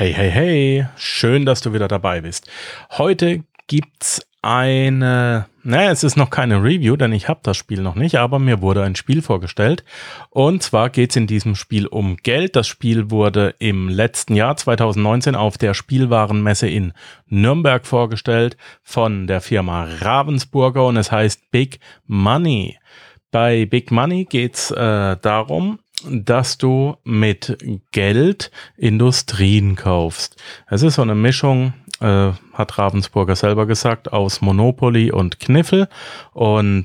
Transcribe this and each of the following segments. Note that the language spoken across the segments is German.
Hey, hey, hey, schön, dass du wieder dabei bist. Heute gibt's es ist noch keine Review, denn ich habe das Spiel noch nicht, aber mir wurde ein Spiel vorgestellt. Und zwar geht's in diesem Spiel um Geld. Das Spiel wurde im letzten Jahr 2019 auf der Spielwarenmesse in Nürnberg vorgestellt von der Firma Ravensburger und es heißt Big Money. Bei Big Money geht's darum, dass du mit Geld Industrien kaufst. Es ist so eine Mischung, hat Ravensburger selber gesagt, aus Monopoly und Kniffel. Und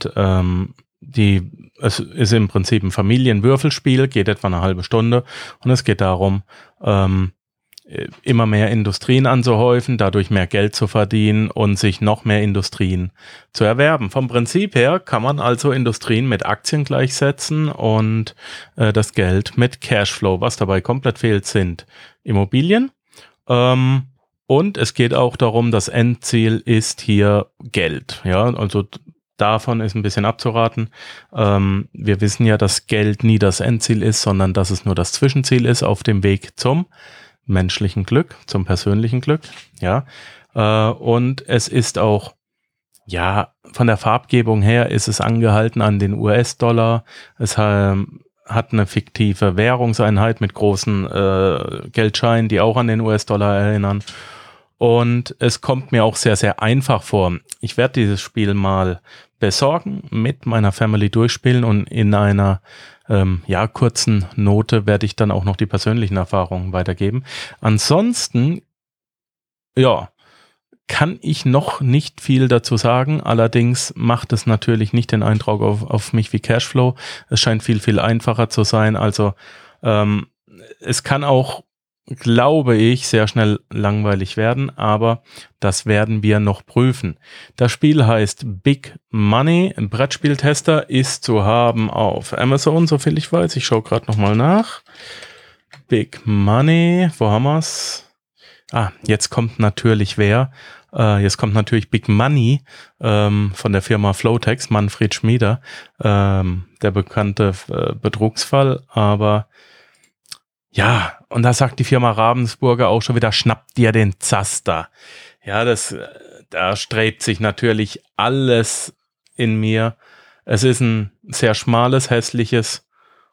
es ist im Prinzip ein Familienwürfelspiel, geht etwa eine halbe Stunde. Und es geht darum, immer mehr Industrien anzuhäufen, dadurch mehr Geld zu verdienen und sich noch mehr Industrien zu erwerben. Vom Prinzip her kann man also Industrien mit Aktien gleichsetzen und das Geld mit Cashflow. Was dabei komplett fehlt, sind Immobilien. Und es geht auch darum, das Endziel ist hier Geld. Ja, also davon ist ein bisschen abzuraten. Wir wissen ja, dass Geld nie das Endziel ist, sondern dass es nur das Zwischenziel ist auf dem Weg zum menschlichen Glück, zum persönlichen Glück, ja. Und es ist auch, ja, von der Farbgebung her ist es angehalten an den US-Dollar. Es hat eine fiktive Währungseinheit mit großen Geldscheinen, die auch an den US-Dollar erinnern. Und es kommt mir auch sehr, sehr einfach vor. Ich werde dieses Spiel mal besorgen, mit meiner Family durchspielen und in einer kurzen Note werde ich dann auch noch die persönlichen Erfahrungen weitergeben. Ansonsten, ja, kann ich noch nicht viel dazu sagen. Allerdings macht es natürlich nicht den Eindruck auf mich wie Cashflow. Es scheint viel, viel einfacher zu sein. Also es kann auch, glaube ich, sehr schnell langweilig werden, aber das werden wir noch prüfen. Das Spiel heißt Big Money. Ein Brettspieltester ist zu haben auf Amazon, soviel ich weiß. Ich schaue gerade nochmal nach. Big Money, wo haben wir's? Jetzt kommt natürlich Jetzt kommt natürlich Big Money von der Firma Flowtex, Manfred Schmieder, der bekannte Betrugsfall, aber ja, und da sagt die Firma Ravensburger auch schon wieder, schnappt dir den Zaster. Ja, da strebt sich natürlich alles in mir. Es ist ein sehr schmales, hässliches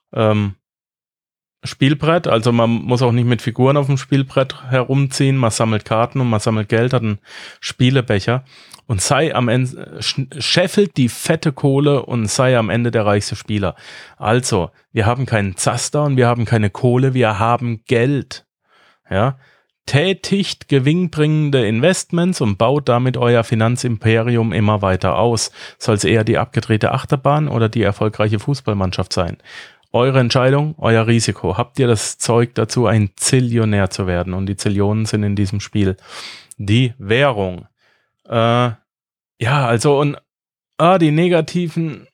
Spielbrett. Also man muss auch nicht mit Figuren auf dem Spielbrett herumziehen. Man sammelt Karten und man sammelt Geld, hat einen Spielebecher. Und sei am Ende, scheffelt die fette Kohle und sei am Ende der reichste Spieler. Also, wir haben keinen Zaster und wir haben keine Kohle, wir haben Geld. Ja, tätigt gewinnbringende Investments und baut damit euer Finanzimperium immer weiter aus. Soll es eher die abgedrehte Achterbahn oder die erfolgreiche Fußballmannschaft sein? Eure Entscheidung, euer Risiko. Habt ihr das Zeug dazu, ein Zillionär zu werden? Und die Zillionen sind in diesem Spiel die Währung. Die negativen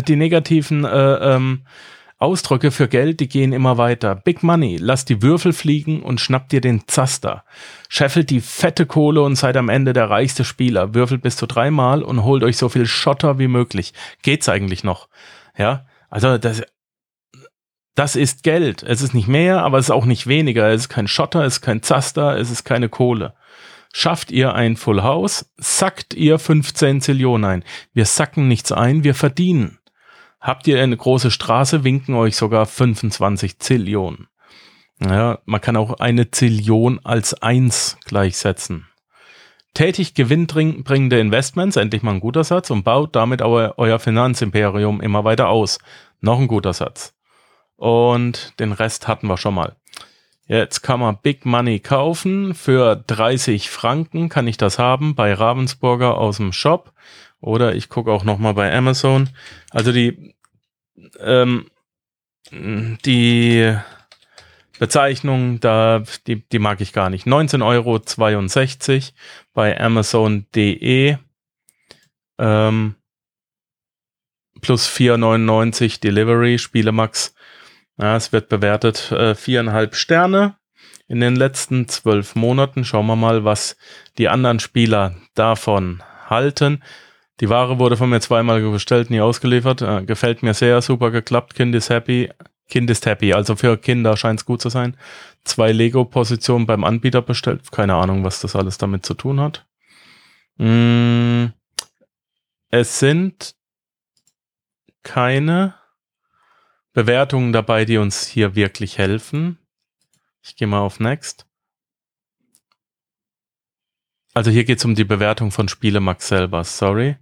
Ausdrücke für Geld, die gehen immer weiter. Big Money, lasst die Würfel fliegen und schnappt dir den Zaster. Scheffelt die fette Kohle und seid am Ende der reichste Spieler. Würfelt bis zu 3 Mal und holt euch so viel Schotter wie möglich. Geht's eigentlich noch? Ja, also das ist Geld. Es ist nicht mehr, aber es ist auch nicht weniger. Es ist kein Schotter, es ist kein Zaster, es ist keine Kohle. Schafft ihr ein Full House, sackt ihr 15 Zillionen ein. Wir sacken nichts ein, wir verdienen. Habt ihr eine große Straße, winken euch sogar 25 Zillionen. Ja, man kann auch eine Zillion als 1 gleichsetzen. Tätigt gewinnbringende Investments, endlich mal ein guter Satz, und baut damit euer Finanzimperium immer weiter aus. Noch ein guter Satz. Und den Rest hatten wir schon mal. Jetzt kann man Big Money kaufen. Für 30 Franken kann ich das haben bei Ravensburger aus dem Shop. Oder ich gucke auch nochmal bei Amazon. Also die Bezeichnung, die mag ich gar nicht. 19,62 € bei Amazon.de plus 4,99 € Delivery, Spielemax. Ja, es wird bewertet 4,5 Sterne in den letzten 12 Monaten. Schauen wir mal, was die anderen Spieler davon halten. Die Ware wurde von mir 2-mal bestellt, nie ausgeliefert. Gefällt mir sehr, super geklappt, Kind ist happy. Kind ist happy. Also für Kinder scheint es gut zu sein. 2 Lego-Positionen beim Anbieter bestellt. Keine Ahnung, was das alles damit zu tun hat. Es sind keine Bewertungen dabei, die uns hier wirklich helfen. Ich gehe mal auf Next. Also hier geht es um die Bewertung von Spielemax selber. Sorry.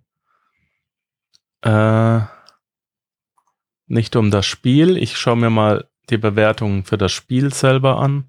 Nicht um das Spiel. Ich schaue mir mal die Bewertungen für das Spiel selber an.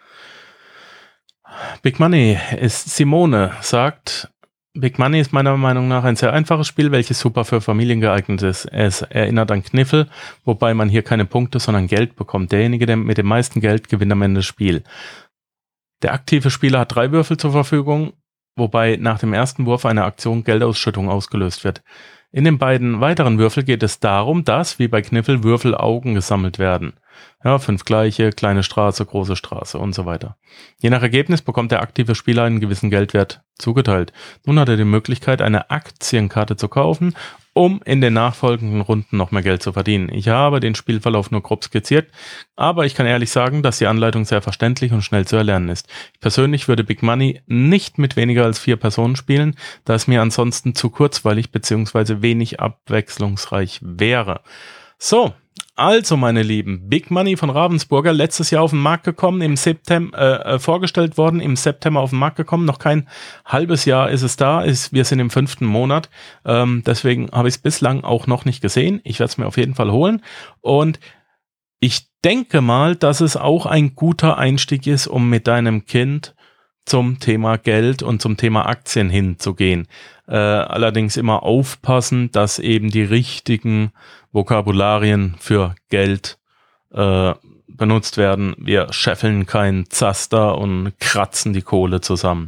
Big Money ist Simone, sagt, Big Money ist meiner Meinung nach ein sehr einfaches Spiel, welches super für Familien geeignet ist. Es erinnert an Kniffel, wobei man hier keine Punkte, sondern Geld bekommt. Derjenige, der mit dem meisten Geld gewinnt am Ende das Spiel. Der aktive Spieler hat 3 Würfel zur Verfügung, wobei nach dem ersten Wurf eine Aktion Geldausschüttung ausgelöst wird. In den beiden weiteren Würfeln geht es darum, dass, wie bei Kniffel, Würfelaugen gesammelt werden. Ja, 5 gleiche, kleine Straße, große Straße und so weiter. Je nach Ergebnis bekommt der aktive Spieler einen gewissen Geldwert zugeteilt. Nun hat er die Möglichkeit, eine Aktienkarte zu kaufen, um in den nachfolgenden Runden noch mehr Geld zu verdienen. Ich habe den Spielverlauf nur grob skizziert, aber ich kann ehrlich sagen, dass die Anleitung sehr verständlich und schnell zu erlernen ist. Ich persönlich würde Big Money nicht mit weniger als 4 Personen spielen, da es mir ansonsten zu kurzweilig bzw. wenig abwechslungsreich wäre. So, also meine Lieben, Big Money von Ravensburger, letztes Jahr auf den Markt gekommen, im September vorgestellt worden, im September auf den Markt gekommen, noch kein halbes Jahr ist es da, wir sind im 5. Monat, deswegen habe ich es bislang auch noch nicht gesehen. Ich werde es mir auf jeden Fall holen und ich denke mal, dass es auch ein guter Einstieg ist, um mit deinem Kind zum Thema Geld und zum Thema Aktien hinzugehen. Allerdings immer aufpassen, dass eben die richtigen Vokabularien für Geld benutzt werden. Wir scheffeln kein Zaster und kratzen die Kohle zusammen.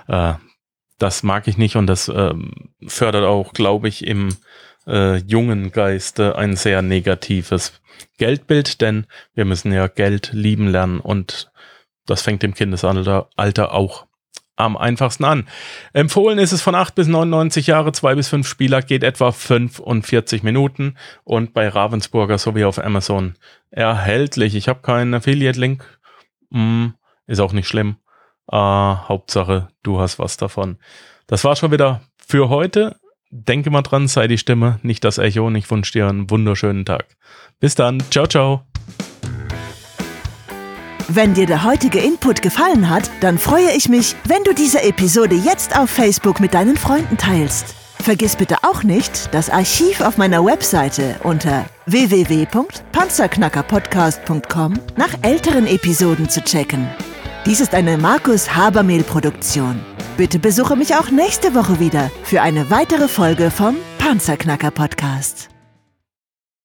Das mag ich nicht und das fördert auch, glaube ich, im jungen Geiste ein sehr negatives Geldbild, denn wir müssen ja Geld lieben lernen und das fängt im Kindesalter auch am einfachsten an. Empfohlen ist es von 8 bis 99 Jahre, 2 bis 5 Spieler, geht etwa 45 Minuten und bei Ravensburger sowie auf Amazon erhältlich. Ich habe keinen Affiliate-Link, ist auch nicht schlimm. Hauptsache, du hast was davon. Das war schon wieder für heute. Denke mal dran, sei die Stimme, nicht das Echo und ich wünsche dir einen wunderschönen Tag. Bis dann, ciao, ciao. Wenn dir der heutige Input gefallen hat, dann freue ich mich, wenn du diese Episode jetzt auf Facebook mit deinen Freunden teilst. Vergiss bitte auch nicht, das Archiv auf meiner Webseite unter www.panzerknackerpodcast.com nach älteren Episoden zu checken. Dies ist eine Markus Habermehl-Produktion. Bitte besuche mich auch nächste Woche wieder für eine weitere Folge vom Panzerknacker-Podcast.